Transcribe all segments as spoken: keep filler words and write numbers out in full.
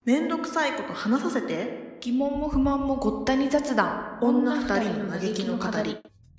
めんどくさいこと話させて。 疑問も不満もごったに雑談。 女二人の嘆きの語り。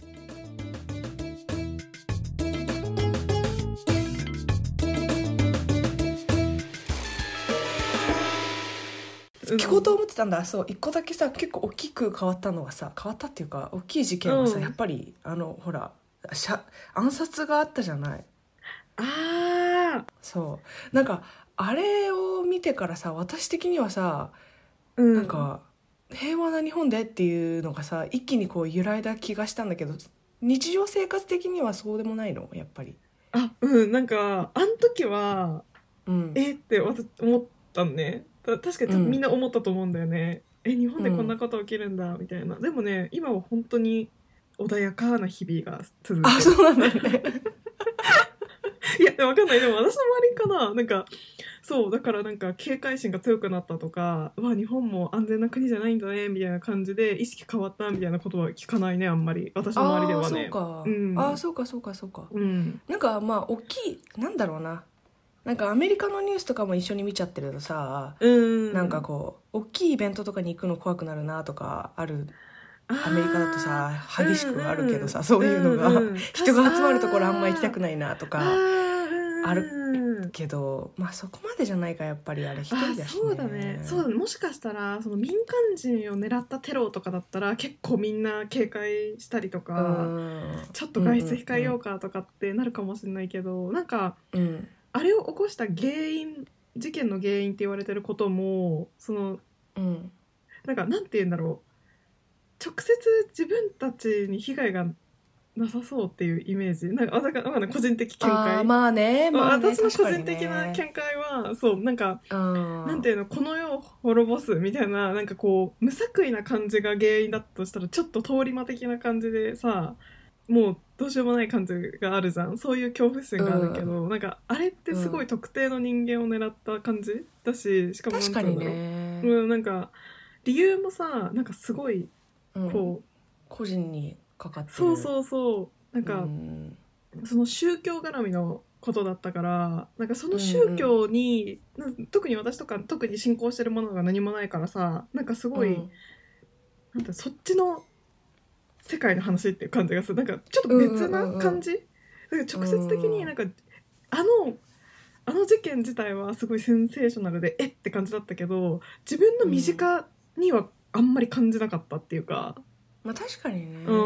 聞こうと思ってたんだ。そう、一個だけさ、結構大きく変わったのがさ、変わったっていうか大きい事件はさ、 うんやっぱりあのほらしゃ暗殺があったじゃない。 あそうなんかあれを見てからさ、私的にはさ、 ー、うん、 なんか平和な日本でっていうのがさ、一気にこう揺らいだ気がしたんだけど、日常生活的にはそうでもないのやっぱり。 あ、うんなんかあん時はうんえって思ったのね。た確かに多分みんな思ったと思うんだよね、うん、え日本でこんなこと起きるんだみたいな、うん、でもね今は本当に穏やかな日々が続いてる。 あ、そうなんだねいや分かんない、でも私の周りかな、なんかそうだからなんか警戒心が強くなったとか、うわ日本も安全な国じゃないんだねみたいな感じで意識変わったみたいなことは聞かないね、あんまり私の周りではね。 あーそうか、 うん、 あーそうかそうかそうか、 うん、 なんかまあ大きい、なんだろうな、なんかアメリカのニュースとかも一緒に見ちゃってるとさ、 うん、 なんかこう大きいイベントとかに行くの怖くなるなとかある。アメリカだとさ激しくあるけどさ、うんうん、そういうのが、うんうん、人が集まるところあんま行きたくないなとかあるけど、まあそこまでじゃないか、やっぱりあれ一人だしね。 そうだね、そうだね、もしかしたらその民間人を狙ったテロとかだったら結構みんな警戒したりとか、ちょっと外出控えようかとかってなるかもしれないけど、うんうん、なんか、うん、あれを起こした原因、事件の原因って言われてることもその、うん、なんかなんて言うんだろう、直接自分たちに被害がなさそうっていうイメージ、なんか私が個人的見解、 あまあね、まあね、 私の個人的な見解は、そうなんかなんていうの、この世を滅ぼすみたいな、なんかこう無作為な感じが原因だとしたらちょっと通り魔的な感じでさ、もうどうしようもない感じがあるじゃん、そういう恐怖心があるけど、うん、なんかあれってすごい特定の人間を狙った感じだし、しかもなんていうんだろう、確かにね、うん、なんか理由もさ、なんかすごいこう、うん、 個人にかかってる。 そうそうそう、なんか、うん、その宗教絡みのことだったから、なんかその宗教に、うんうん、特に私とか特に信仰してるものが何もないからさ、なんかすごい、うん、なんてそっちの世界の話っていう感じがする。なんかちょっと別な感じ、うんうんうん、なんか直接的になんか、うん、あのあの事件自体はすごいセンセーショナルでえって感じだったけど、自分の身近にはあんまり感じなかったっていうか、 まあ確かにね、 うん、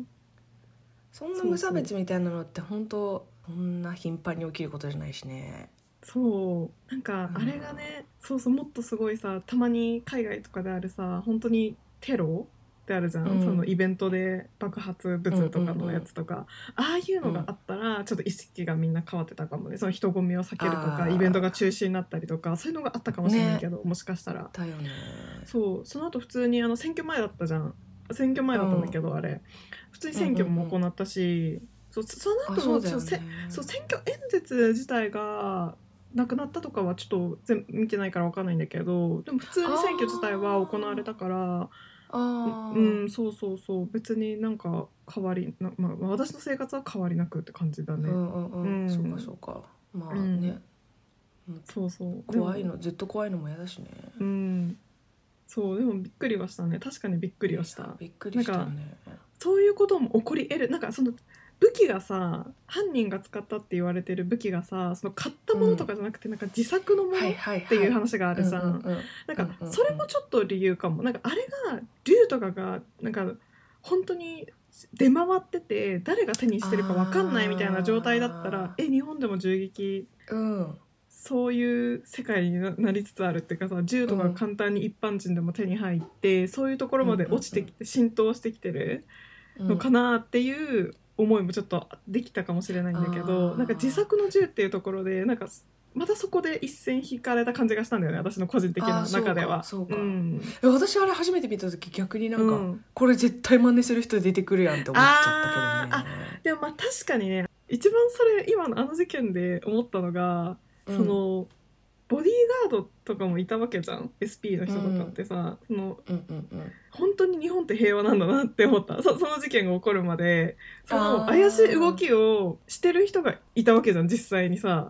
そんな無差別みたいなのって本当そんな頻繁に起きることじゃないしね。 そうなんかあれがね、うん、そうそうもっとすごいさ、たまに海外とかであるさ本当にテロってあるじゃん、うん、そのイベントで爆発物とかのやつとか、うんうんうん、ああいうのがあったらちょっと意識がみんな変わってたかもね。その人混みを避けるとかイベントが中止になったりとかそういうのがあったかもしれないけど、ね、もしかしたらだよね。 そうその後普通にあの選挙前だったじゃん、選挙前だったんだけど、うん、あれ普通に選挙も行ったし、うんうんうん、そ, その後そうだよね、 そう選挙演説自体がなくなったとかはちょっと全見てないから分かんないんだけど、でも普通に選挙自体は行われたから、あうん、そうそうそう、別になんか変わりな、まあ、私の生活は変わりなくって感じだね。 うんうんうん、うん、そうかそうか、まあね、 うん、そうそう怖いの、ずっと怖いのも嫌だしね。 うん、そうでもびっくりはしたね、確かにびっくりはした。 びっくりしたね。なんかそういうことも起こり得る、なんかその武器がさ、犯人が使ったって言われてる武器がさ、その買ったものとかじゃなくて、うん、なんか自作のものっていう話があるじゃん。なんかそれもちょっと理由かも。なんかあれが銃とかがなんか本当に出回ってて誰が手にしてるか分かんないみたいな状態だったら、え日本でも銃撃、うん、そういう世界になりつつあるっていうかさ、銃とか簡単に一般人でも手に入って、うん、そういうところまで落ちてきて浸透してきてるのかなっていう思いもちょっとできたかもしれないんだけど、なんか自作の銃っていうところでなんかまたそこで一線引かれた感じがしたんだよね、私の個人的な中では。 そうかそうか、 うん、 私あれ初めて見た時逆になんか、うん、これ絶対真似する人出てくるやんって思っちゃったけどね。 あでもまあ確かにね、一番それ今のあの事件で思ったのが、うん、そのボディーガードとかもいたわけじゃん、 エスピー の人とかってさ、うん、その、うんうんうん、本当に日本って平和なんだなって思った。 そ, その事件が起こるまでその怪しい動きをしてる人がいたわけじゃん実際にさ。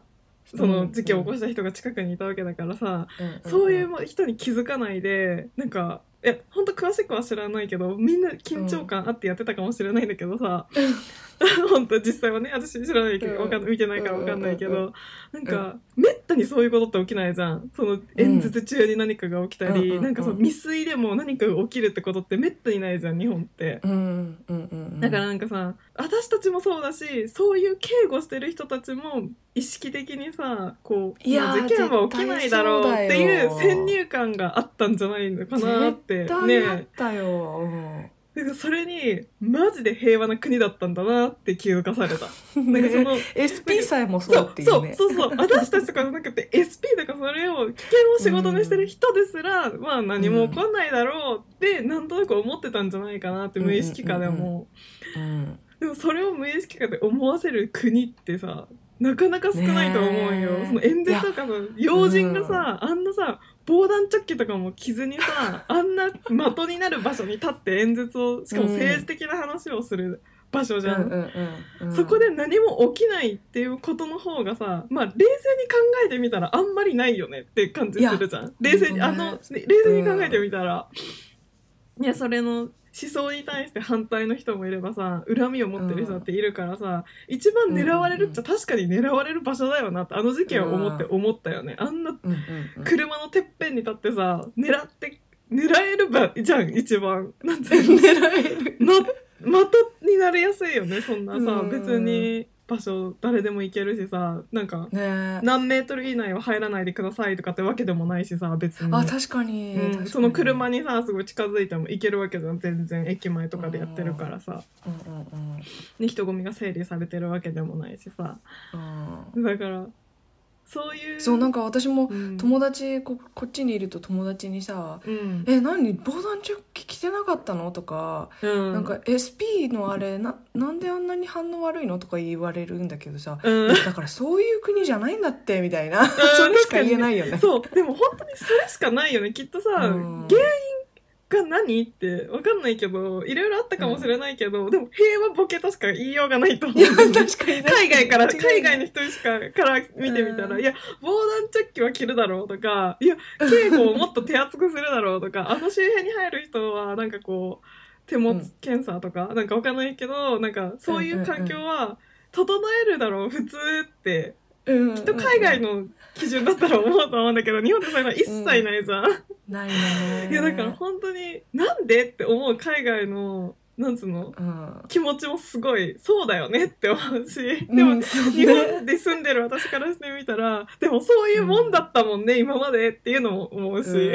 その事件を起こした人が近くにいたわけだからさ、うん、そういう人に気づかないでなんかいや本当詳しくは知らないけどみんな緊張感あってやってたかもしれないんだけどさ、うん、本当実際はね私知らないけど、わかん見てないから分かんないけど、うん、なんか、うん、めったにそういうことって起きないじゃん。その演説中に何かが起きたり、うん、なんかその未遂でも何かが起きるってことってめったにないじゃん日本って、うんうんうん、だからなんかさ私たちもそうだしそういう警護してる人たちも意識的にさこういや事件は起きないだろうっていう先入観があったんじゃないのかなって絶対あったよ、 ね、だからそれにマジで平和な国だったんだなって気づかされたなんかそのエスピー さえもそうっていうねそうそうそうそう私たちとかじゃなくて エスピー とかそれを危険を仕事にしてる人ですら、うん、まあ何も起こんないだろうってなんとなく思ってたんじゃないかなって無意識化でも、うんうんうんうん、でもそれを無意識化で思わせる国ってさなかなか少ないと思うよ、ね、その演説とかさ要人がさ、うん、あんなさ防弾チョッキとかも着ずにさあんな的になる場所に立って演説をしかも政治的な話をする場所じゃん、うんうんうん、そこで何も起きないっていうことの方がさまあ冷静に考えてみたらあんまりないよねって感じするじゃん冷静に、ね、あの冷静に考えてみたら、うん、いやそれの思想に対して反対の人もいればさ恨みを持ってる人っているからさ、うん、一番狙われるっちゃ確かに狙われる場所だよなってあの事件を思って思ったよね。あんな車のてっぺんに立ってさ狙って狙えるばじゃん一番なんて狙えるま的になりやすいよねそんなさ、うん、別に場所誰でも行けるしさなんか、ね、何メートル以内は入らないでくださいとかってわけでもないしさ別にあ確かに、 うん、 確かにその車にさすごい近づいても行けるわけじゃん全然駅前とかでやってるからさ、うんうんうんね、人混みが整理されてるわけでもないしさ、うん、だからそういうそうなんか私も友達、うん、こ, こっちにいると友達にさ「うん、え何防弾チョッキ着てなかったの?」とか、うん、なんか エスピー のあれ な, なんであんなに反応悪いのとか言われるんだけどさ、うん、だからそういう国じゃないんだってみたいな、うん、それしか言えないよね。 そうでも本当にそれしかないよねきっとさ、うん、原因が何って分かんないけどいろいろあったかもしれないけど、うん、でも平和ボケとしか言いようがないと思う。いや確かに海外から海外の人しかから見てみたら、うん、いや防弾チョッキは着るだろうとかいや警護をもっと手厚くするだろうとかあの周辺に入る人はなんかこう手持ち検査とか、うん、なんか分かんないけどなんかそういう環境は整えるだろう普通ってうん、きっと海外の基準だったら思うと思うんだけど日本ってそういうの一切ないじゃん、うん、 ないね。 いやだから本当になんでって思う海外のなんつうの、うん、気持ちもすごいそうだよねって思うしでも、うん、日本で住んでる私からしてみたらでもそういうもんだったもんね、うん、今までっていうのも思うし、うん、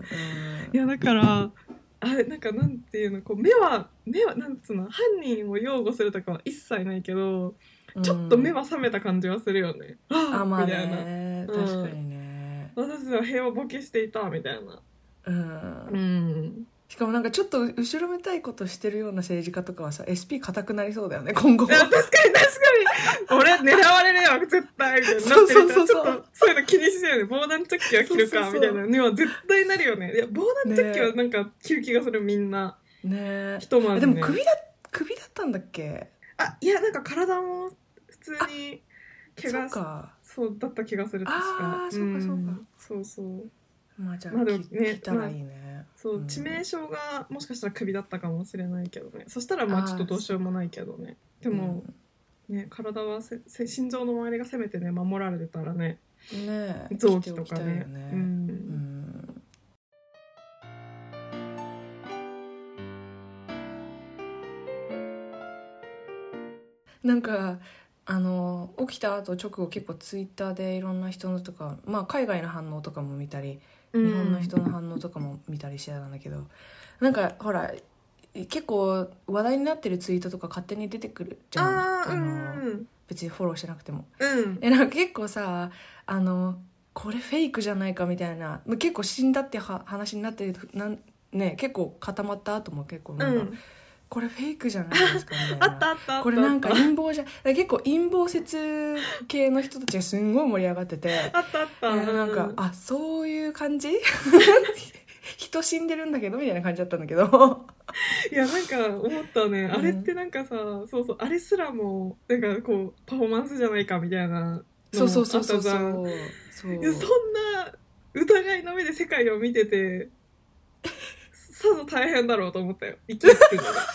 いやだからあれなんかなんていうのこう目は目はなんつうの犯人を擁護するとかは一切ないけどちょっと目は覚めた感じはするよね。うん、ああまあねみたいな、確かにね、うん、私は平和ボケしていたみたいな、うん、 うん、しかもなんかちょっと後ろめたいことしてるような政治家とかはさ エスピー 固くなりそうだよね今後。 いや確かに確かに俺狙われるよ絶対みたいになってるからちょっとそういうの気にしてるよね防弾チョッキは着るかみたいなには絶対なるよね。いや防弾チョッキはなんか着る気がするみんなね。 一晩ね。でも首だ首だったんだっけ。 あいやなんか体も普通に怪我そうそうだった気がする確か。あそうかそうか、うん、そうそうまあじゃあ、まあ、ね、来たらいいね、 まあ、そう、うん、致命傷がもしかしたら首だったかもしれないけどねそしたらまあちょっとどうしようもないけどねでも、うん、ね体はせ心臓の周りがせめてね守られてたらねね臓器とかね、ね、うん、うんなんかあの起きた後直後結構ツイッターでいろんな人のとか、まあ、海外の反応とかも見たり日本の人の反応とかも見たりしてたんだけど、うん、なんかほら結構話題になってるツイートとか勝手に出てくるじゃん あ, あの、うん、別にフォローしてなくても、うん、えなんか結構さあのこれフェイクじゃないかみたいな結構死んだっては話になってるなん、ね、結構固まった後も結構なんか、うんこれフェイクじゃないですかみたいなあったあったあったこれなんか陰謀じゃ結構陰謀説系の人たちがすんごい盛り上がっててあったあった、 えー、なんかあそういう感じ人死んでるんだけどみたいな感じだったんだけどいやなんか思ったねあれってなんかさ、うん、そうそうあれすらもなんかこうパフォーマンスじゃないかみたいなそうそうそうそうそうそういやそんな疑いの目で世界を見ててさぞ大変だろうと思ったよ生きてくのが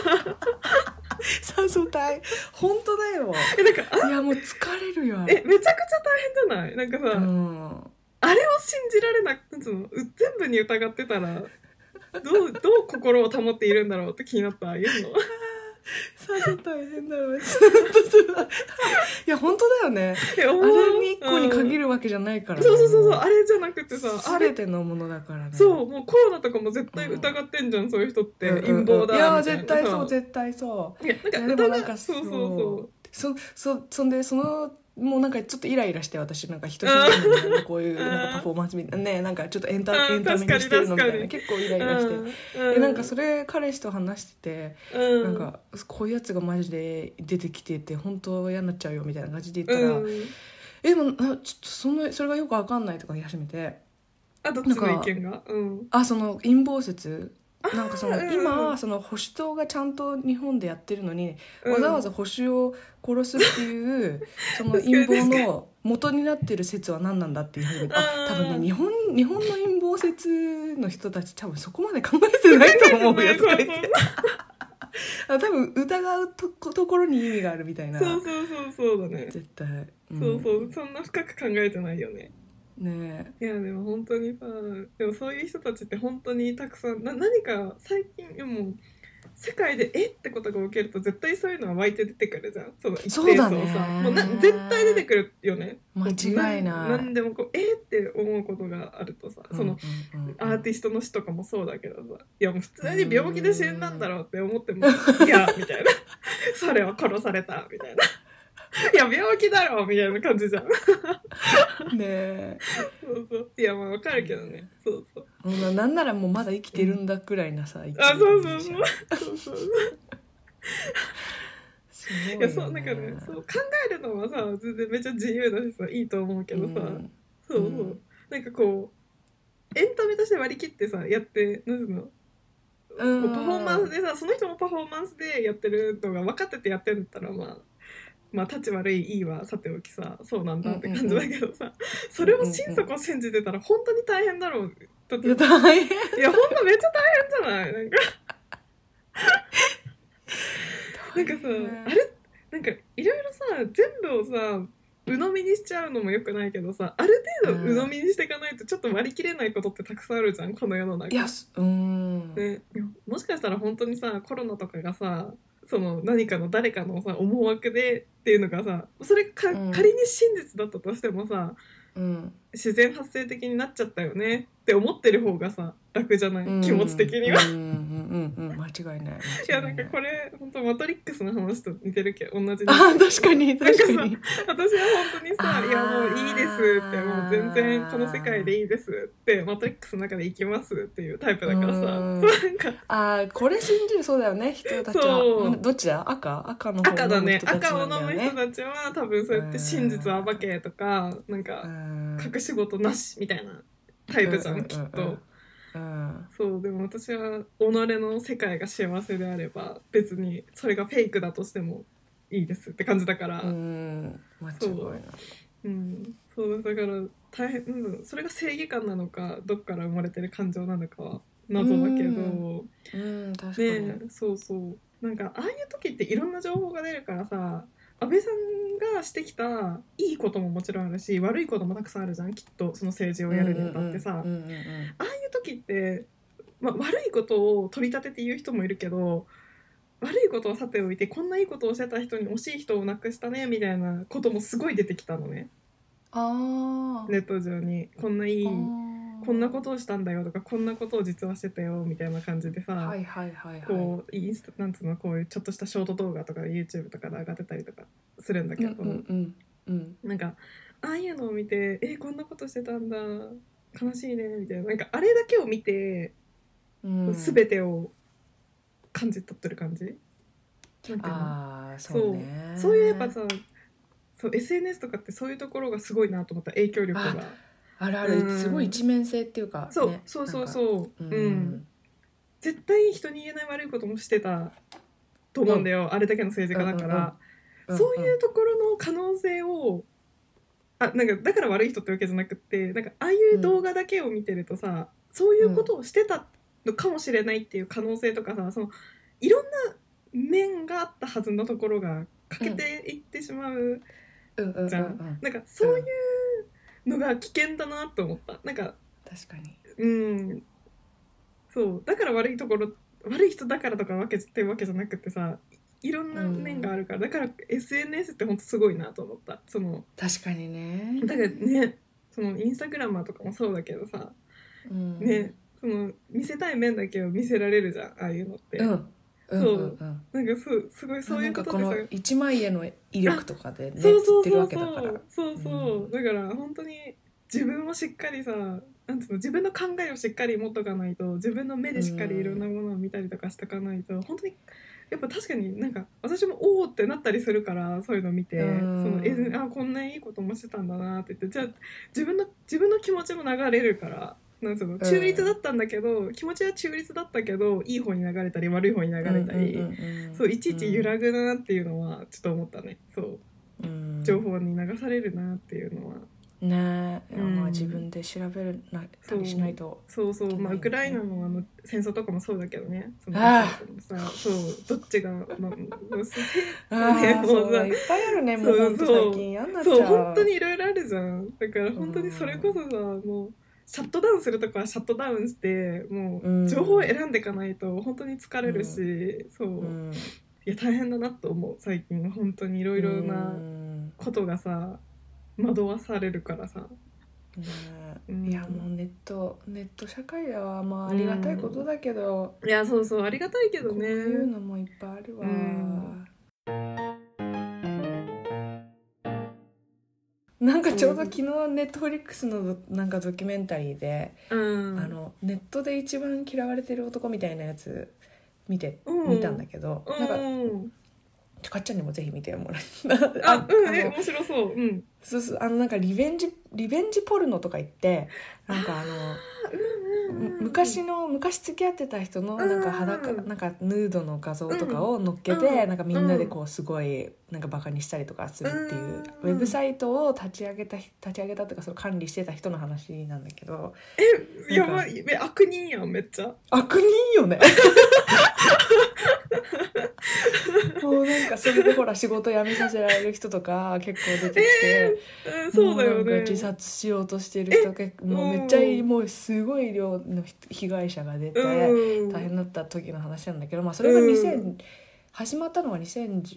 さぞ大変本当だよえなんかいやもう疲れるよえめちゃくちゃ大変じゃないなんかさ、うん、あれを信じられなくて全部に疑ってたらどう、どう心を保っているんだろうって気になったいうのさぞ大変だろういや本当だよねあれに一個に限るわけじゃないから、ね、 うん、そうそうそうそうあれじゃなくてさ全てのものだからねそうもうコロナとかも絶対疑ってんじゃん、うん、そういう人って陰謀だみたいな、 いや絶対そう絶対そういやなんかでもなんかそうそうそうそそそんでそのもうなんかちょっとイライラして私なんか人知れずにこういうなんかパフォーマンスみたいなねなんかちょっとエンタ、エンタメにしてるのみたいな結構イライラしてでなんかそれ彼氏と話してて、うん、なんかこういうやつがマジで出てきてて本当嫌になっちゃうよみたいな感じで言ったら、うん、えでもちょっとそのそれがよく分かんないとか言い始めてあどっちの意見が、うん、 あその陰謀説なんかその今その保守党がちゃんと日本でやってるのに、うん、わざわざ保守を殺すっていうその陰謀の元になってる説は何なんだっていうふうにあ多分ね日本日本の陰謀説の人たち多分そこまで考えてないと思うやつがいて多分疑う と, ところに意味があるみたいなそうそうそうそうだね絶対、 うん、そうそうそんな深く考えてないよねねいやでも本当にさでもそういう人たちって本当にたくさんな何か最近でも世界でえってことが起きると絶対そういうのは湧いて出てくるじゃんその一定数をさもうな絶対出てくるよね間違いない何でもこうえって思うことがあるとさその、うんうんうん、アーティストの死とかもそうだけどさいやもう普通に病気で死んだんだろうって思ってもいやみたいなそれは殺されたみたいないや病気だろみたいな感じじゃんねえそうそういやまあわかるけどねそうそうもうなんならもうまだ生きてるんだくらいなさ、うん、 あそうそうそうそうそういやそうなんかねそう考えるのはさ全然めっちゃ自由だしさいいと思うけどさ、うん、そうそう、うん、なんかこうエンタメとして割り切ってさやってなんていうのうんこうパフォーマンスでさその人もパフォーマンスでやってるのが分かっててやってるんだったらまあまあ、立ち悪いいいはさておきさそうなんだって感じだけどさ、うんうんうん、それを心底信じてたら本当に大変だろうだっていや大変いや本当めっちゃ大変じゃないなんかなんかさあれなんかいろいろさ全部をさ鵜呑みにしちゃうのもよくないけどさある程度鵜呑みにしていかないとちょっと割り切れないことってたくさんあるじゃんこの世の中いやうん、ね、もしかしたら本当にさコロナとかがさその何かの誰かのさ思惑でっていうのがさそれか、うん、仮に真実だったとしてもさ、うん、自然発生的になっちゃったよねって思ってる方がさ楽じゃない、うん、気持ち的にはうんうんうんうん間違いないいやなんかこれ本当マトリックスの話と似てるけど同じあ確かに確かになんかさ私は本当にさいやもういいですってもう全然この世界でいいですってマトリックスの中で生きますっていうタイプだからさそうなんかあこれ信じるそうだよね人たちはどっちだ赤赤の方赤だね赤を飲む人たちは多分そうやって真実は暴けとかなんか隠し事なしみたいなタイプじゃん、うん、きっと、うん、そうでも私は己の世界が幸せであれば別にそれがフェイクだとしてもいいですって感じだからうん間違いないうん、そうだから大変、うん、それが正義感なのかどっから生まれてる感情なのかは謎だけどうんうん確かに、 ね、そうそうなんかああいう時っていろんな情報が出るからさ安倍さんがしてきたいいことももちろんあるし悪いこともたくさんあるじゃんきっとその政治をやるにあたってさ、うんうんうんうん、ああいう時って、まあ、悪いことを取り立てて言う人もいるけど悪いことをさておいてこんないいことをしてた人に惜しい人を亡くしたねみたいなこともすごい出てきたのねあネット上にこんないいこんなことをしたんだよとかこんなことを実はしてたよみたいな感じでさ、 はいはいはいはい、 こうインスタなんつうのこういうちょっとしたショート動画とか YouTube とかで上がってたりとかするんだけど、うんうんうんうん、なんかああいうのを見てえこんなことしてたんだ悲しいねみたいななんかあれだけを見て、うん、全てを感じ取ってる感じなんていうのあそうねそうそういうやっぱさそう エスエヌエス とかってそういうところがすごいなと思った影響力があるある、うん、すごい一面性っていうか、ね、 そうそうそうそう、うんうん、絶対人に言えない悪いこともしてたと思うんだよ、うん、あれだけの政治家だから、うんうんうん、そういうところの可能性をあなんかだから悪い人ってわけじゃなくってなんかああいう動画だけを見てるとさ、うん、そういうことをしてたのかもしれないっていう可能性とかさそのいろんな面があったはずのところが欠けていってしまうじゃん。なんかそういうのが危険だなと思った。なんか確かにうんそうだから悪いところ悪い人だからとかわけってわけじゃなくてさいろんな面があるから、うん、だから エスエヌエス って本当すごいなと思った。その確かにね。 だからねそのインスタグラマーとかもそうだけどさ、うん、ねその見せたい面だけを見せられるじゃんああいうのって。うんそう、うんうんうん、なんかそうすごいそういうことでさ、 なんかこの一枚絵の威力とかでねそうそうそうそうそうそうそう、うん、だから本当に自分をしっかりさなんていうの自分の考えをしっかり持っとかないと自分の目でしっかりいろんなものを見たりとかしとかないと、うん、本当にやっぱ確かになんか私もおおってなったりするからそういうの見て、うん、そのえあこんないいこともしてたんだなって言ってじゃあ自分の自分の気持ちも流れるからなんその中立だったんだけど、うん、気持ちは中立だったけどいい方に流れたり悪い方に流れたり、うんうんうん、そういちいち揺らぐなっていうのはちょっと思ったね。そう、うん、情報に流されるなっていうのはねえ、うん、まあ自分で調べるなたりしないと、 ね、そうそうそう、まあ、ウクライナのあの戦争とかもそうだけどねそのさそうどっちが、まあ、もうあね、もうそういっぱいあるねもう本当最近嫌になっちゃう。 そう本当にいろいろあるじゃん。だから本当にそれこそさもうシャットダウンするとこはシャットダウンしてもう情報を選んでいかないと本当に疲れるし、うん、そう、うん、いや大変だなと思う最近本当にいろいろなことがさ惑わされるからさ、 ねうん、いやもうネットネット社会はまあありがたいことだけど、 うん、いやそうそうありがたいけどねこういうのもいっぱいあるわ、うんなんかちょうど昨日ネットフリックスのなんかドキュメンタリーで、うん、あのネットで一番嫌われてる男みたいなやつ見て、うん、見たんだけど、うん、なんか、うんかっちゃんにもぜひ見てもらえああうんえ面白そう、うん、 そうそうあのなんかリベンジリベンジポルノとか言ってなんかあのあ、うんうんうん、昔の昔付き合ってた人のなんか裸、うん、なんかヌードの画像とかを載っけて、うん、なんかみんなでこうすごいなんかバカにしたりとかするっていう、うん、ウェブサイトを立ち上げた立ち上げたとかその管理してた人の話なんだけどえやばい悪人やんめっちゃ悪人よねもうなんかそれでほら仕事辞めさせられる人とか結構出てきて、 えー、そうだよね、 もうなんか自殺しようとしてる人結構もうめっちゃもうすごい量の被害者が出て大変だった時の話なんだけど、まあ、それがにせん始まったのはにせんじ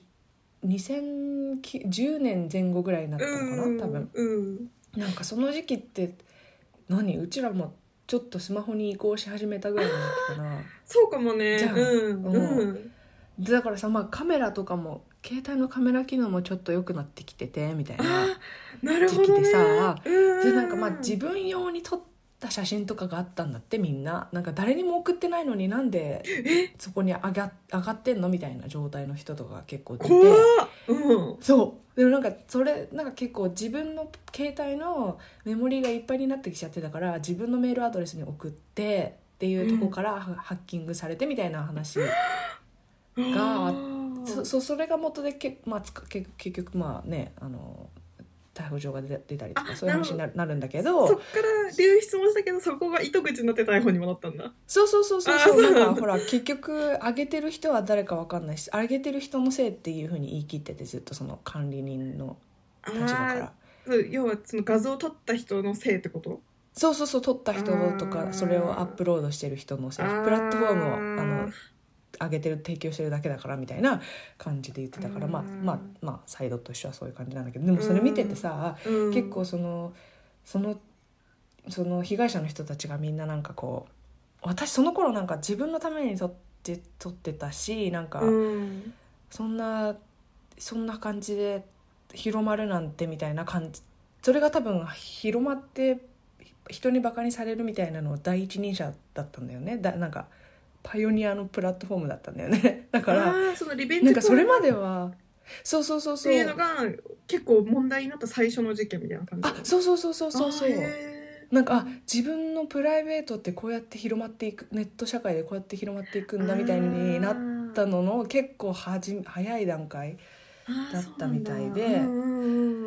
ゅうねんぜん後ぐらいになったのかな多分、うん、なんかその時期って何うちらもちょっとスマホに移行し始めたぐらいの時かなそうかもねじゃあ、うんうん、 だからさ、まあ、カメラとかも携帯のカメラ機能もちょっと良くなってきててみたいな時期でさ、でなんかまあ自分用に撮った写真とかがあったんだってみんななんか誰にも送ってないのになんでそこに上が、上がってんのみたいな状態の人とか結構いて、うん、そうでもなんかそれなんか結構自分の携帯のメモリーがいっぱいになってきちゃってたから自分のメールアドレスに送ってっていうとこからハッキングされてみたいな話があって。そ, それが元でけ、まあ、つかけ結局まあねあの逮捕状が出, 出たりとかそういう話に な, なるんだけどそ, そっから流出もしたけどそこが糸口になって逮捕にもなったんだ。 そうそうそうそうそうなんかほら結局上げてる人は誰か分かんないし上げてる人のせいっていうふうに言い切っててずっとその管理人の立場から要はその画像を撮った人のせいってこと？ そうそうそう撮った人とかそれをアップロードしてる人のせいプラットフォームをあの上げてる提供してるだけだからみたいな感じで言ってたから、まあまあまあサイドとしてはそういう感じなんだけどでもそれ見ててさ結構そのそのその被害者の人たちがみんななんかこう私その頃なんか自分のために撮って撮ってたしなんかそんなそんな感じで広まるなんてみたいな感じそれが多分広まって人にバカにされるみたいなのを第一人者だったんだよねだなんかパイオニアのプラットフォームだったんだよねだからそのリベンジなんかそれまではそうそうそうそうっていうのが結構問題になった最初の事件みたいな感じ。 あそうそうそうそうそうそうなんかあ自分のプライベートってこうやって広まっていくネット社会でこうやって広まっていくんだみたいになったのの結構はじ早い段階だったみたいで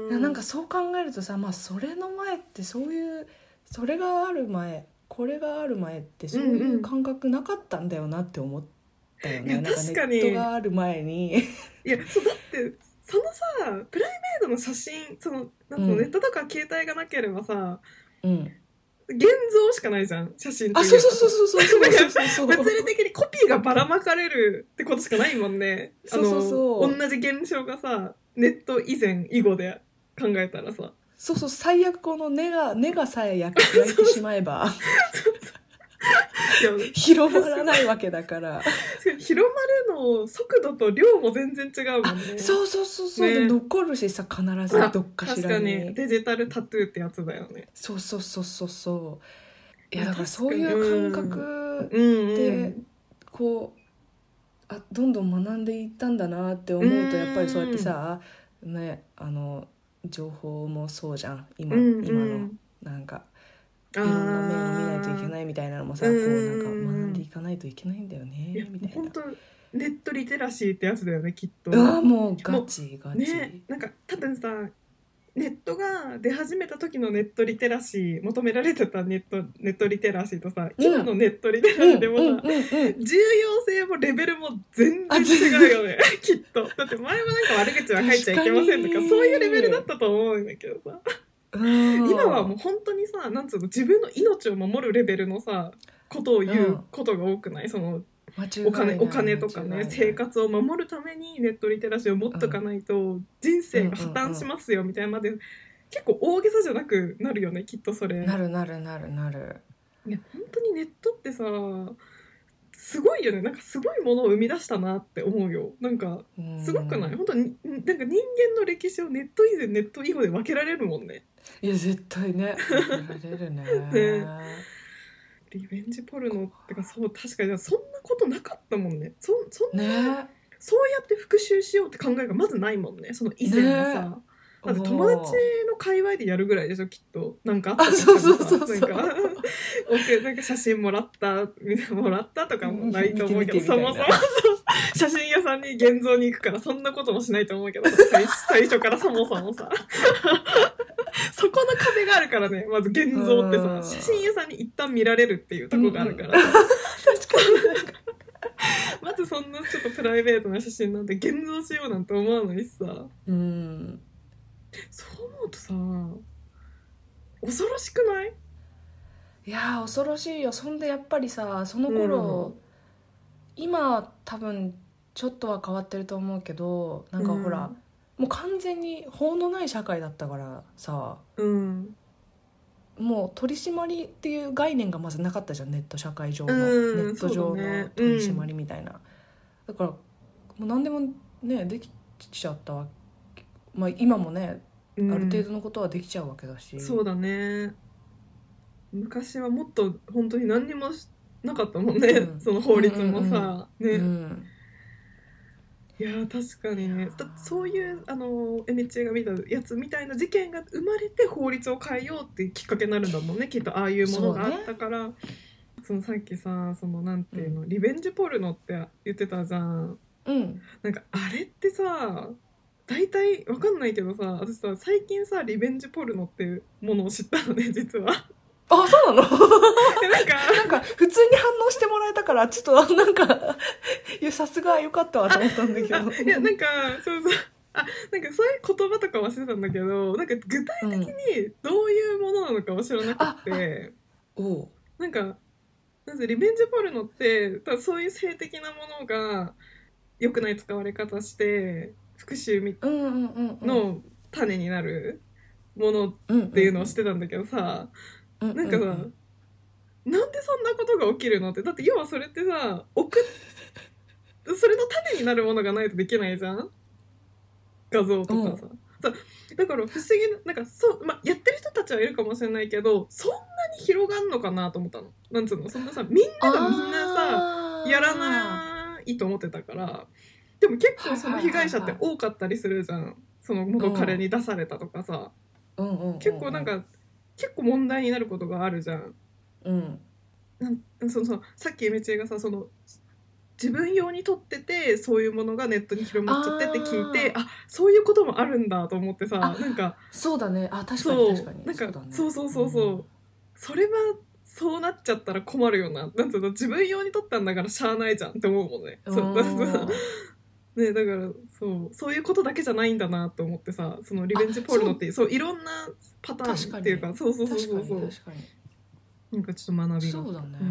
ん、なんかそう考えるとさ、まあ、それの前ってそういうそれがある前これがある前ってそういう感覚なかったんだよなって思ったよね、うんうん、なんかネットがある前にいやそうだってそのさプライベートの写真そのなんつうの、うん、ネットとか携帯がなければさ、うん、現像しかないじゃん写真というか。あ、そうそうそうそうそうそうそう物理的にコピーがばらまかれるってことしかないもんね。あのそうそうそう同じ現象がさネット以前以後で考えたらさそうそう最悪この根が根がさえ焼けてしまえば広まらないわけだから広まるの速度と量も全然違うもんね。 そうそうそうそう、ね、で残るしさ必ずどっかしらに。 確かにデジタルタトゥーってやつだよね。 そうそうそうそうそういやだからそういう感覚でこうあどんどん学んでいったんだなって思うとやっぱりそうやってさねあの情報もそうじゃん 今,、うんうん、今のなんかいろんな面を見ないといけないみたいなのもさこうなんか学んでいかないといけないんだよねみたいな。 本当ネットリテラシーってやつだよねきっと。 あもうガチガチ、 ね、なんか多分さネットが出始めた時のネットリテラシー求められてたネットネットリテラシーとさ、うん、今のネットリテラシーでもさ、うんうんうんうん、重要性もレベルも全然違うよねきっと。だって前もなんか悪口は書いちゃいけませんとかそういうレベルだったと思うんだけどさ今はもう本当にさなんつうの自分の命を守るレベルのさことを言うことが多くない、うん、そのお金、お金とかね生活を守るためにネットリテラシーを持っとかないと人生が破綻しますよみたいなまで結構大げさじゃなくなるよねきっとそれ。 なるなるなるなる。 いや本当にネットってさすごいよね。なんかすごいものを生み出したなって思うよ。なんかすごくない？本当になんか人間の歴史をネット以前ネット以後で分けられるもんね。 いや絶対ね分けられるねねリベンジポルノってかそう確かにそんなことなかったもんね。そ, そんな、ね、そうやって復習しようって考えがまずないもんね。その以前はさ、ね、だって友達の界隈でやるぐらいでしょきっと。なんかあったとかさ、そうそうそうそうなんか僕なんか写真もらったもらったとかもないと思うけどそもそも写真屋さんに現像に行くからそんなこともしないと思うけど最, 最初からそもそもさそこの壁があるからね。まず現像ってさ写真屋さんに一旦見られるっていうとこがあるから、うんうん、確かにまずそんなちょっとプライベートな写真なんて現像しようなんて思わないしさ、うん、そう思うとさ恐ろしくない？ いや恐ろしいよ。そんでやっぱりさその頃、うん、今多分ちょっとは変わってると思うけどなんかほら、うんもう完全に法のない社会だったからさ、うん、もう取り締まりっていう概念がまずなかったじゃんネット社会上の、うん、ネット上の取り締まりみたいな、ねうん、だからもう何でもねできちゃったわけ、まあ、今もね、うん、ある程度のことはできちゃうわけだし。 そうだね。昔はもっと本当に何にもなかったもんね、うん、その法律もさ、うんうんうん、ね、うんいや確かにね。だそういうあのエミチエが見たやつみたいな事件が生まれて法律を変えようっていうきっかけになるんだもんねきっと。ああいうものがあったから そ,、ね、そのさっきさそのなんていうの、うん、リベンジポルノって言ってたじゃん、うん、なんかあれってさ大体わかんないけどさ私さ最近さリベンジポルノっていうものを知ったのね実は。 あ、そうなの？なんか、なんか普通に反応してもらえたからちょっとなんかいやさすが良かったわと思ったんだけど。 いやなんかそうそうあなんかそういう言葉とかはしてたんだけどなんか具体的にどういうものなのかは知らなくて、うん、おなんかなんせリベンジポルノって多分そういう性的なものが良くない使われ方して復讐の種になるものっていうのをしてたんだけどさ、なんかさ、うんうんうん、なんでそんなことが起きるのって。だって要はそれってさ送っそれの種になるものがないとできないじゃん画像とかさ、さだから不思議ななんかそう、ま、やってる人たちはいるかもしれないけどそんなに広がんのかなと思ったの。なんつうのそんなさみんながみんなさやらないと思ってたから。でも結構その被害者って多かったりするじゃん。その元彼に出されたとかさ、うんうんうんうん、結構なんか結構問題になることがあるじゃん。うん、なんそのそのさっきエミチエがさその自分用に撮っててそういうものがネットに広まっちゃってって聞いて、あ, あそういうこともあるんだと思ってさ、なんかそうだね、あ確かに確かになんかそう、 そうそうそうそう、うん、それはそうなっちゃったら困るよな、なんつうの、自分用に撮ったんだからしゃあないじゃんって思うもんね。そうね、だからそうそういうことだけじゃないんだなと思ってさ、そのリベンジポルノってそういろんなパターンっていうか、そうそうそうそうそう、確かになんかちょっと学びがそうだね、うん、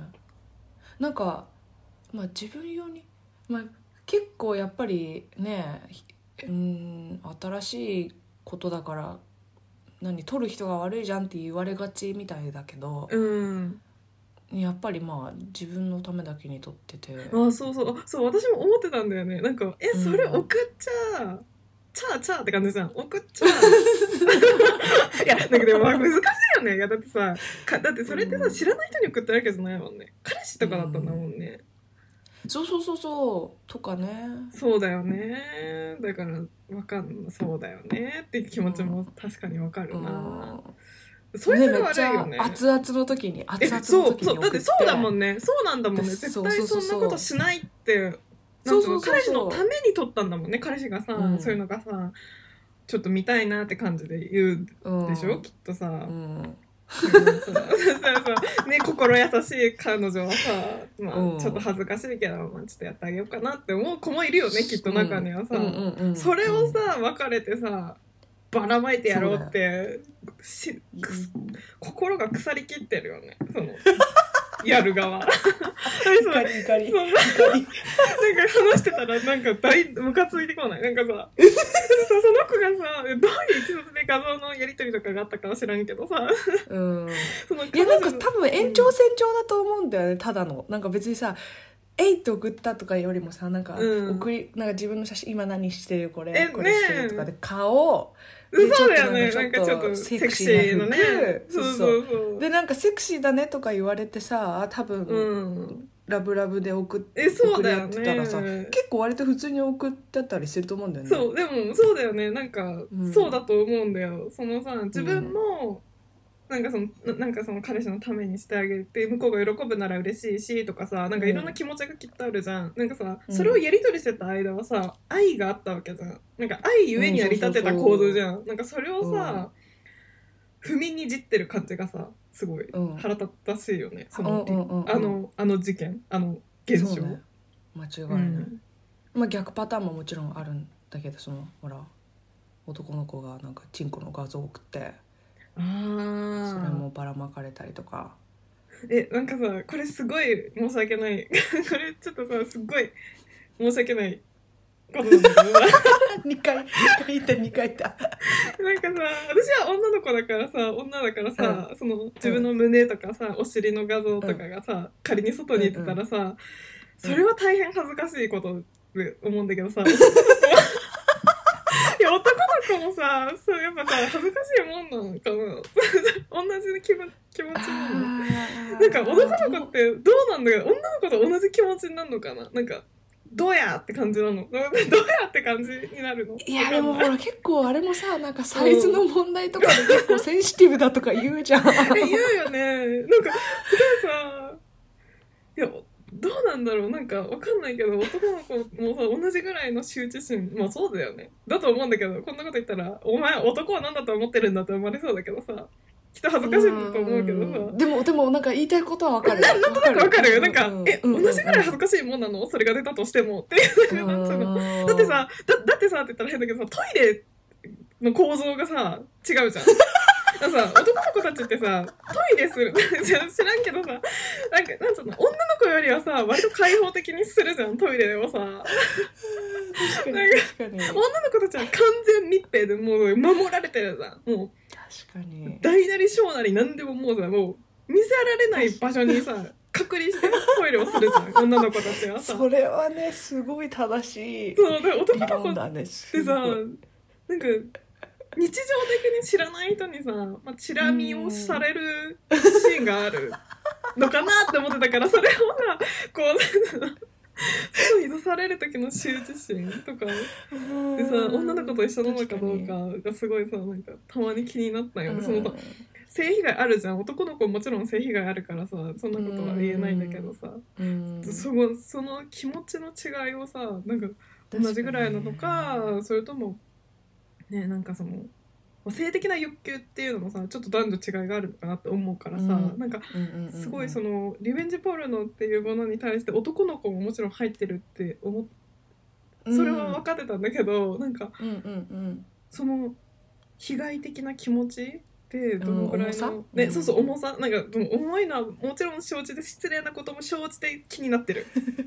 なんかまあ自分用に、まあ、結構やっぱりね、うん新しいことだから何撮る人が悪いじゃんって言われがちみたいだけど、 うんやっぱりまあ自分のためだけに撮ってて、 あそうそうそう私も思ってたんだよね。なんかえそれ送っちゃ、うん、チャーチャーって感じじゃん、送っちゃいやだけどまあ難しいよね。いやだってさかだってそれってさ、うん、知らない人に送ってるわけじゃないもんね。彼氏とかだったんだもんね、 うん、そうそうそうそうとかね。 そうだよね、だからわかんない、そうだよねっていう気持ちも確かにわかるな、うんそいつが悪いよね。 熱々の時に熱々の時に送って、 そうそうだってそうだもんね、そうなんだもんね、絶対そんなことしないってそうそうそう彼氏のために撮ったんだもんね。彼氏がさ、うん、そういうのがさちょっと見たいなって感じで言うでしょ、うん、きっとさ、うんそうそうそうね、心優しい彼女はさ、まあ、ちょっと恥ずかしいけど、まあ、ちょっとやってあげようかなって思う子もいるよね、きっと中にはさ、うんうんうんうん、それをさ別れてさばらまいてやろうってし心が腐りきってるよね、そのやる側怒り怒り怒りなんか話してたらなんか大ムカついてこない、なんかさその子がさどういういきさつで画像のやり取りとかがあったかは知らんけどさ、うん、 そのいやなんか多分延長線上だと思うんだよね、うん、ただのなんか別にさえいって送ったとかよりもさ、なんか送り、うん、なんか自分の写真今何してるこれこれしてるとかで顔そうだよね、なんかちょっとセクシーなね、 そうそうそうでなんかセクシーだねとか言われてさ、多分、うん、ラブラブで送っ、えそうだよね、送り合ってたらさ結構割と普通に送ってたりすると思うんだよね。 そうでもそうだよね、なんか、うん、そうだと思うんだよ。そのさ自分も、うん、なんかそのなんかその彼氏のためにしてあげて向こうが喜ぶなら嬉しいしとかさ、なんかいろんな気持ちがきっとあるじゃん、うん、なんかさそれをやり取りしてた間はさ愛があったわけじゃん、なんか愛ゆえにやり立てた構図じゃん、うん、なんかそれをさ、うん、踏みにじってる感じがさすごい腹立たしいよね、うん、その、うんうんうんうん、あのあの事件あの現象、ね、 間違いない、うん、まあ逆パターンももちろんあるんだけど、そのほら男の子がなんかチンコの画像を送ってあそれもばらまかれたりとか、 えなんかさこれすごい申し訳ないこれちょっとさすっごい申し訳ないことなんだけどにかいにかい言ったにかい言ったなんかさ私は女の子だからさ女だからさ、うん、その自分の胸とかさ、うん、お尻の画像とかがさ、うん、仮に外に出てたらさ、うんうん、それは大変恥ずかしいことって思うんだけどさ、男の子いや男の子もさそうやっぱさ恥ずかしいもんなのかな同じ気持気持ちなのなんか男の子ってどうなんだけど女の子と同じ気持ちになるのかな、なんかどうやって感じなのどうやって感じになるの。 いやでもほら結構あれもさなんかサイズの問題とかで結構センシティブだとか言うじゃんえ言うよね、なんかすごいさいやどうなんだろう、なんかわかんないけど男の子もさ同じぐらいの羞恥心まあそうだよねだと思うんだけど、こんなこと言ったらお前男は何だと思ってるんだって思われそうだけどさ、きっと恥ずかしいんだと思うけどさ、 でもでもなんか言いたいことはわかるな、なんとなくわかるよ、なんか、うん、え、うん、同じぐらい恥ずかしいもんなのそれが出たとしてもっていうなんつうのだってさ だ, だってさって言ったら変だけどさトイレの構造がさ違うじゃんさ男の子たちってさトイレする知らんけどさなんかなんつうの女の子よりはさ割と開放的にするじゃんトイレをさ確かに確かに女の子たちは完全密閉でもう守られてるじゃん、もう確かに大なり小なり何でももうさもう見せられない場所にさ隔離してトイレをするじゃん女の子たちはさそれはねすごい正しいそうで男の子ってさなんか日常的に知らない人にさ、まあ、チラ見をされるシーンがあるのかなって思ってたからそれをさこうそう依される時の羞恥心とかでさ女の子と一緒なのかどうかがすごいさなんかたまに気になったよね、そのさ性被害あるじゃん。男の子ももちろん性被害あるからさ、そんなことは言えないんだけどさ、うんそのその気持ちの違いをさ、なんか同じぐらいなのか、それともね、なんかその性的な欲求っていうのもさ、ちょっと男女違いがあるのかなって思うからさ、うん、なんかすごいそのリベンジポルノっていうものに対して男の子ももちろん入ってるって思っそれは分かってたんだけど、うん、なんか、うんうんうん、その被害的な気持ちってどのぐらいの、うんね、そうそう重さなんか重いのはもちろん承知で失礼なことも承知で気になってる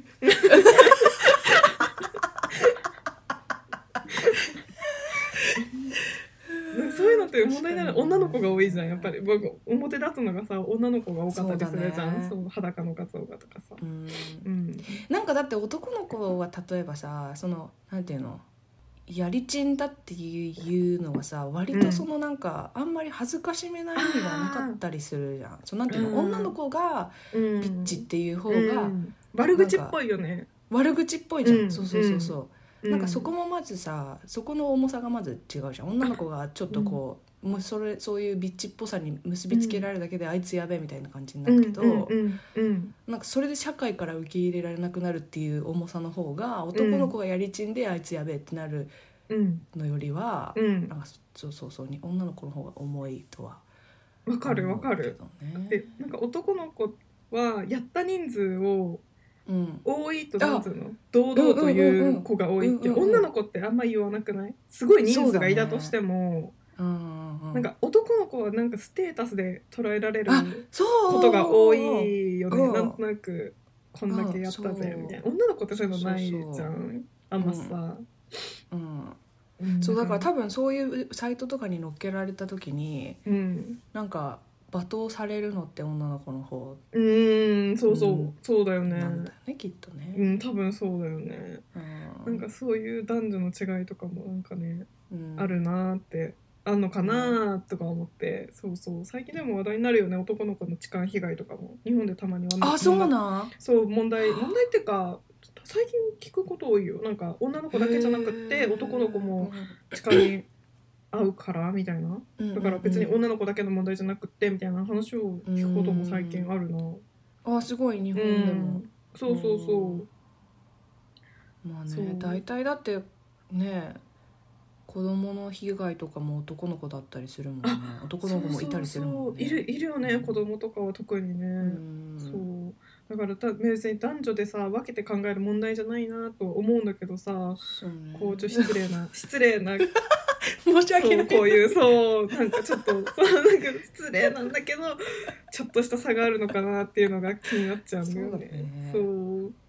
そういうのって問題なら女の子が多いじゃんやっぱり。表立つのがさ女の子が多かったりするじゃん そ,、ね、その裸の画像がとかさ、うんうん、なんかだって男の子は例えばさそのなんていうのやりちんだっていうのはさ割とそのなんか、うん、あんまり恥ずかしめな意味がなかったりするじゃん。そうなんていうの、うん、女の子がビッチっていう方が、うん、 悪口っぽいよね。 悪口っぽいじゃん、うん、そうそうそうそう、うん、なんかそこもまずさそこの重さがまず違うじゃん。女の子がちょっとこう、うん、もうそれそういうビッチっぽさに結びつけられるだけで、うん、あいつやべえみたいな感じになるけど、うんうんうん、なんかそれで社会から受け入れられなくなるっていう重さの方が男の子がやりちんであいつやべえってなるのよりは、うん、なんかそうそうそうに女の子の方が重いとはわかるわかる。でなんか男の子はやった人数をうん、多いとなんつうの堂々という子が多いって、うんうんうんうん、女の子ってあんま言わなくない？すごい人数がいたとしても、ねうんうん、なんか男の子はなんかステータスで捉えられることが多いよね。なんとなくこんだけやったぜみたいな。女の子ってそういうのないじゃん。そうそうそうあんまさ、 うんうん、そうだから多分そういうサイトとかに載っけられた時に、うん、なんか罵倒されるのって女の子の方うーんそうそう、うん、そうだよねなんだよねきっとね。 うん多分そうだよね、うん、なんかそういう男女の違いとかもなんかね、うん、あるなってあんのかなとか思って、うん、そうそう最近でも話題になるよね男の子の痴漢被害とかも日本でたまにはあそうなんそう問題問題っていうか最近聞くこと多いよ。なんか女の子だけじゃなくって男の子も痴漢に合うからみたいな、だから別に女の子だけの問題じゃなくってみたいな話を聞くことも最近あるな。 あすごい日本でも、うん、 そうそうそうまあね大体だってね子供の被害とかも男の子だったりするもんね。男の子もいたりするもんね。 そうそうそういるいるよね子供とかは特にね。うんそうだからた別に男女でさ分けて考える問題じゃないなと思うんだけどさ、そう、ね、こうちょ失礼な失礼な申し訳ないそうこういうそうなんかちょっとそうなんか失礼なんだけどちょっとした差があるのかなっていうのが気になっちゃうんだよね。そう、ね、そう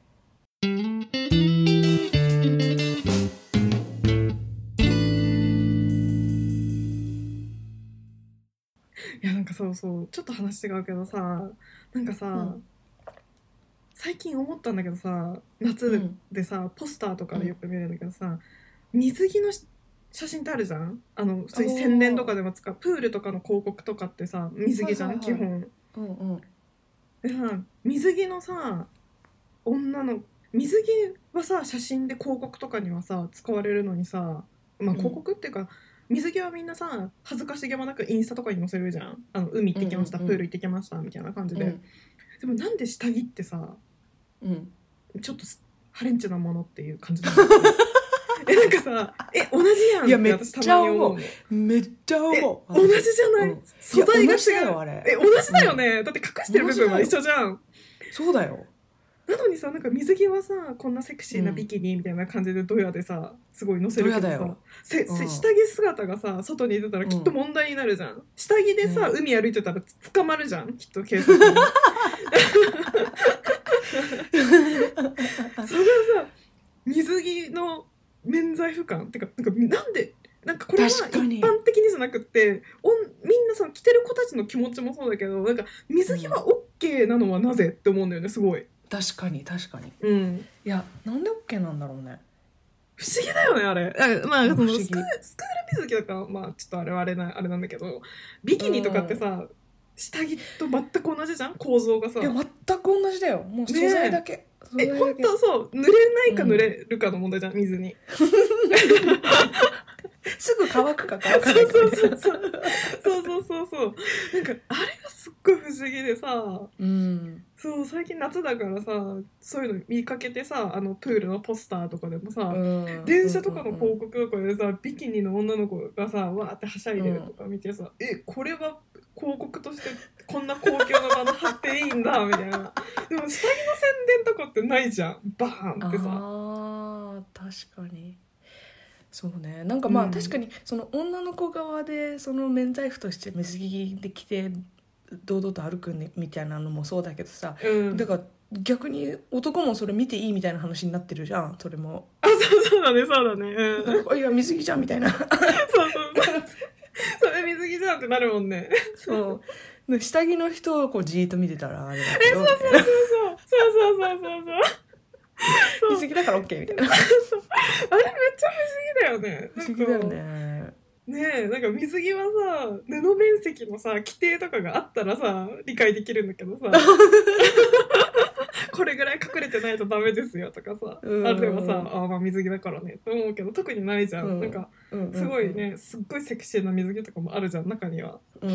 いやなんかそうそうちょっと話違うけどさなんかさ、うん最近思ったんだけどさ夏でさ、うん、ポスターとかでよく見るんだけどさ、うん、水着の写真ってあるじゃん。あの普通に宣伝とかでも使うプールとかの広告とかってさ水着じゃん、はいはいはい、基本、うんうん、でさ水着のさ女の水着はさ写真で広告とかにはさ使われるのにさ、まあ、広告っていうか、うん、水着はみんなさ恥ずかしげもなくインスタとかに載せるじゃん。あの海行ってきました、うんうんうん、プール行ってきましたみたいな感じで、うん、でもなんで下着ってさうん、ちょっとハレンチなものっていう感じなんだえなんかさえ同じやんって私たまに思う。 めっちゃ思う。 え同じじゃない、うん、素材が違う。 同じだよあれ。 え同じだよね、うん、だって隠してる部分は一緒じゃん。 そうだよ。 なのにさなんか水着はさこんなセクシーなビキニみたいな感じでドヤでさすごい載せるけどさせ、うん、下着姿がさ外に出たらきっと問題になるじゃん、うん、下着でさ、うん、海歩いてたら捕まるじゃんきっと警察にそれはさ水着の免罪符感ってかなんかなんでなんかこれは一般的にじゃなくっておんみんなさ着てる子たちの気持ちもそうだけどなんか水着は OK なのはなぜって思うんだよねすごい。 確かに確かに、 うん、 いやなんで OK なんだろうね。 不思議だよねあれ。まあそのスクールスクール水着だからまあちょっとあれはあれなあれなんだけどビキニとかってさ、うん、下着と全く同じじゃん構造がさ。 いや全く同じだよもう素材だけ、 ね、え本当そう濡れないか濡れるかの問題じゃん、うん、水にすぐ乾くか乾かないかそうそうそうそうそうそうそうなんかあれがすっごい不思議でさ、 うん、 そう最近夏だからさそういうの見かけてさあのプールのポスターとかでもさ、うん、電車とかの広告とかでさ、うん、ビキニの女の子がさわーってはしゃいでるとか見てさ、うん、えこれは広告としてこんな公共の場の貼っていいんだみたいなでも下着の宣伝とかってないじゃんバーンってさあ確かにそうねなんかまあ、うん、確かにその女の子側でその免罪符として水着で着て堂々と歩くみたいなのもそうだけどさ、うん、だから逆に男もそれ見ていいみたいな話になってるじゃんそれもあそうそうだねそうだね、 うん、いや水着じゃんみたいなそうそうそうそれ水着じゃんってなるもんねそう下着の人をこうじーっと見てたらあれだけどえそうそうそうそうそうそうそうそうそう水着だから OK みたいなそうあれめっちゃ不思議だよね不思議だよねねえなんか水着はさ布面積のさ規定とかがあったらさ理解できるんだけどさこれぐらい隠れてないとダメですよとかさ、うん、あればさあまあ水着だからねと思うけど特にないじゃん、うん、なんかすごいねすっごいセクシーな水着とかもあるじゃん中には、うん、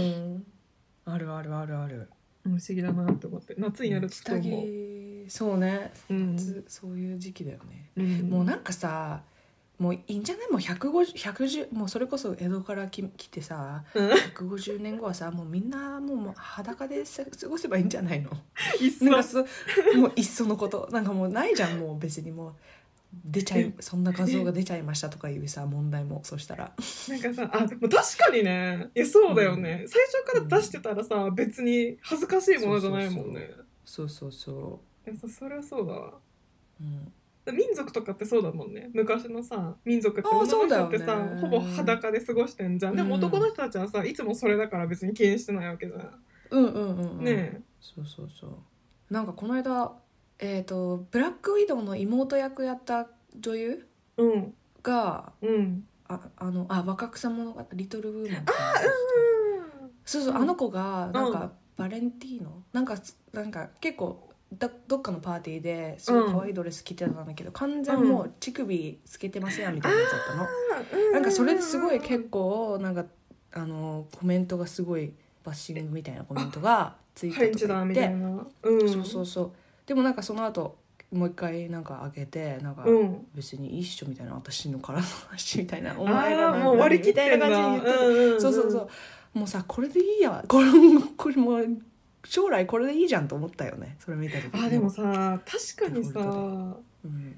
あるあるあるある不思議だなって思って夏になると下着そうね、うん、夏そういう時期だよね、うん、もうなんかさもういいんじゃないもうひゃくごじゅう、ひゃくじゅうもうそれこそ江戸からき来てさ、うん、ひゃくごじゅうねんごはさもうみんなもうもう裸で過ごせばいいんじゃないのいっそなんかそもういっそのことなんかもうないじゃんもう別にもう出ちゃいそんな画像が出ちゃいましたとかいうさ問題もそしたらなんかさあでも確かにねいやそうだよね、うん、最初から出してたらさ、うん、別に恥ずかしいものじゃないもんねそうそうそういやそそれはそうだわ、うん民族とかってそうだもんね昔のさ民族って女の人ってさ、ね、ほぼ裸で過ごしてんじゃん、うん、でも男の人たちはさいつもそれだから別に気にしてないわけじゃんうんうんうん、うん、 ねえそうそうそうなんかこの間えっ、ー、とブラックウィドウの妹役やった女優、うん、が、うん、ああのあ若草物語リトルウーマンあうんうんそうそう、うん、あの子がなんか、うん、バレンティーノなんかなんか結構だどっかのパーティーですごい可愛いドレス着てたんだけど、うん、完全もう乳首つけてますやんみたいなやつだったの、うん、なんかそれですごい結構なんかあのコメントがすごいバッシングみたいなコメントがついてとか言って、うん、そうそうそうでもなんかその後もう一回なんか上げてなんか別にいいっしょみたいな私の体の話みたいなお前がもう割り切ってんだみたいな感じで言ってて、うんうん、そうそうそうもうさこれでいいやこれこれもう将来これでいいじゃんと思ったよねそれ見た時あでもさ確かにさ、うん、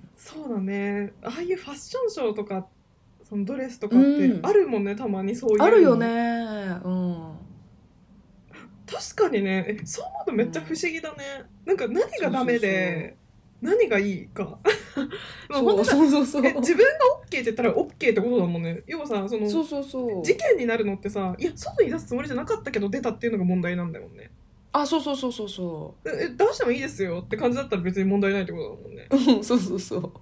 そうだねああいうファッションショーとかそのドレスとかってあるもんね、うん、たまにそういうのあるよねうん確かにねえそう思うとめっちゃ不思議だね、うん、なんか何がダメで何がいいかまあそうそうそうそう自分が OK って言ったら OK ってことだもんね要はさそのそうそうそう事件になるのってさいや外に出すつもりじゃなかったけど出たっていうのが問題なんだよねあそうそうそうそうそうえ出してもいいですよって感じだったら別に問題ないってことだもんねそうそうそう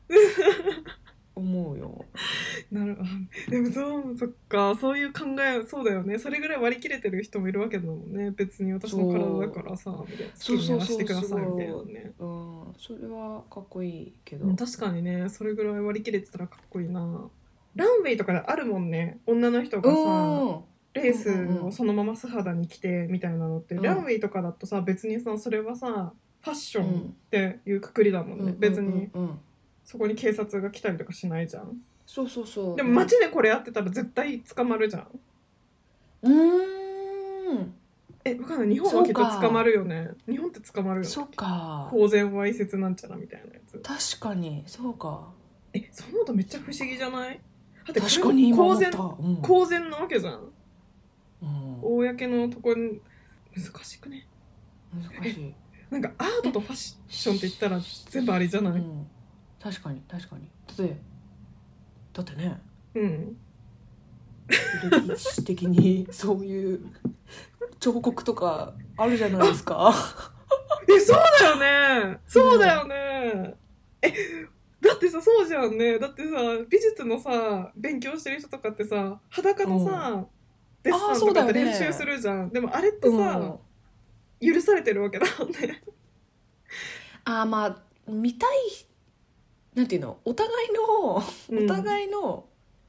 思うよなるでもそうそっかそういう考えそうだよねそれぐらい割り切れてる人もいるわけだもんね別に私の体だからさみたいな好きにやらせてくださいみたいなねうん、それはかっこいいけど、 うん、確かにねそれぐらい割り切れてたらかっこいいなランウェイとかであるもんね女の人がさレースをそのまま素肌に着てみたいなのって、うん、ランウェイとかだとさ別にさそれはさファッションっていうくくりだもんね、うん、別にそこに警察が来たりとかしないじゃんそうそうそうでも街でこれやってたら絶対捕まるじゃんうーんえ分かんない日本はきっと捕まるよね日本って捕まるよねそうか公然わいせつなんちゃらみたいなやつ確かにそうかえそのことめっちゃ不思議じゃないだって確かに今思った、 公然、うん、公然なわけじゃんうん、公のとこに難しくね難しいなんかアートとファッションって言ったら全部あれじゃない、うん、 確かに確かにだってだってねうん歴史的にそういう彫刻とかあるじゃないですかえそうだよねそうだよねえだってさそうじゃんねだってさ美術のさ勉強してる人とかってさ裸のさ、うんデッサンとかって練習するじゃん、ね、でもあれってさ、うん、許されてるわけだもんねあーまあ見たいなんていうのお互いの、うん、お互いの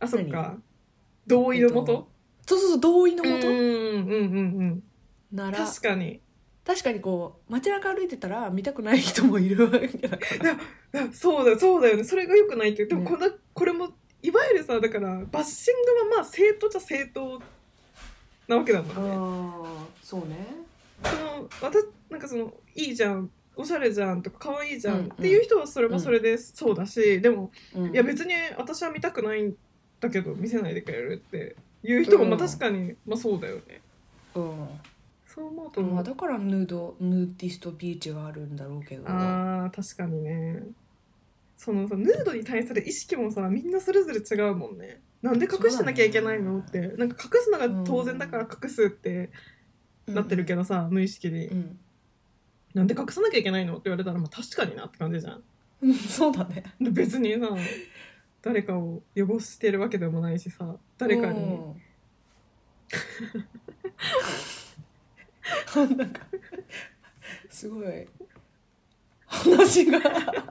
あ、そっか。同意のもと、えっと、 そうそうそう、同意のもと、 うんうんうんうんなら確かに確かにこう街中歩いてたら見たくない人もいるわけだからいやそうだそうだよね。それが良くないって。でもこれ、ね、これもいわゆるさ、だからバッシングはまあ正当じゃ正当なわけなんだね。 あそうね。 その私なんかそのいいじゃん、おしゃれじゃんとか可愛いじゃんっていう人はそれもそれでそうだし、うん、でも、うん、いや別に私は見たくないんだけど見せないでくれるっていう人もまあ確かに、うん、まあそうだよね。うん。そう思うと、 まあ、だからヌードヌーディストビーチがあるんだろうけど。 あー確かにね。そのさヌードに対する意識もさみんなそれぞれ違うもんね。なんで隠してなきゃいけないのって、なんか隠すのが当然だから隠すってなってるけどさ、うん、無意識に、うん、なんで隠さなきゃいけないのって言われたらまあ確かになって感じじゃん。 うん、そうだね。 別にさ誰かを汚してるわけでもないしさ、誰かになんかすごい話が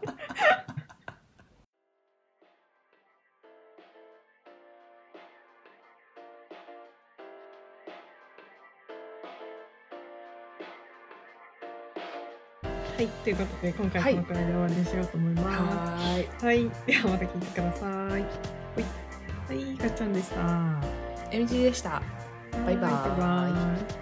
はい、ということで今回このくらいで終わりにしようと思います。はい、はい、ではまた聞いてください。はい、はい、かっちゃんでした。 エムジー でした。バイバイ。 バイバイ。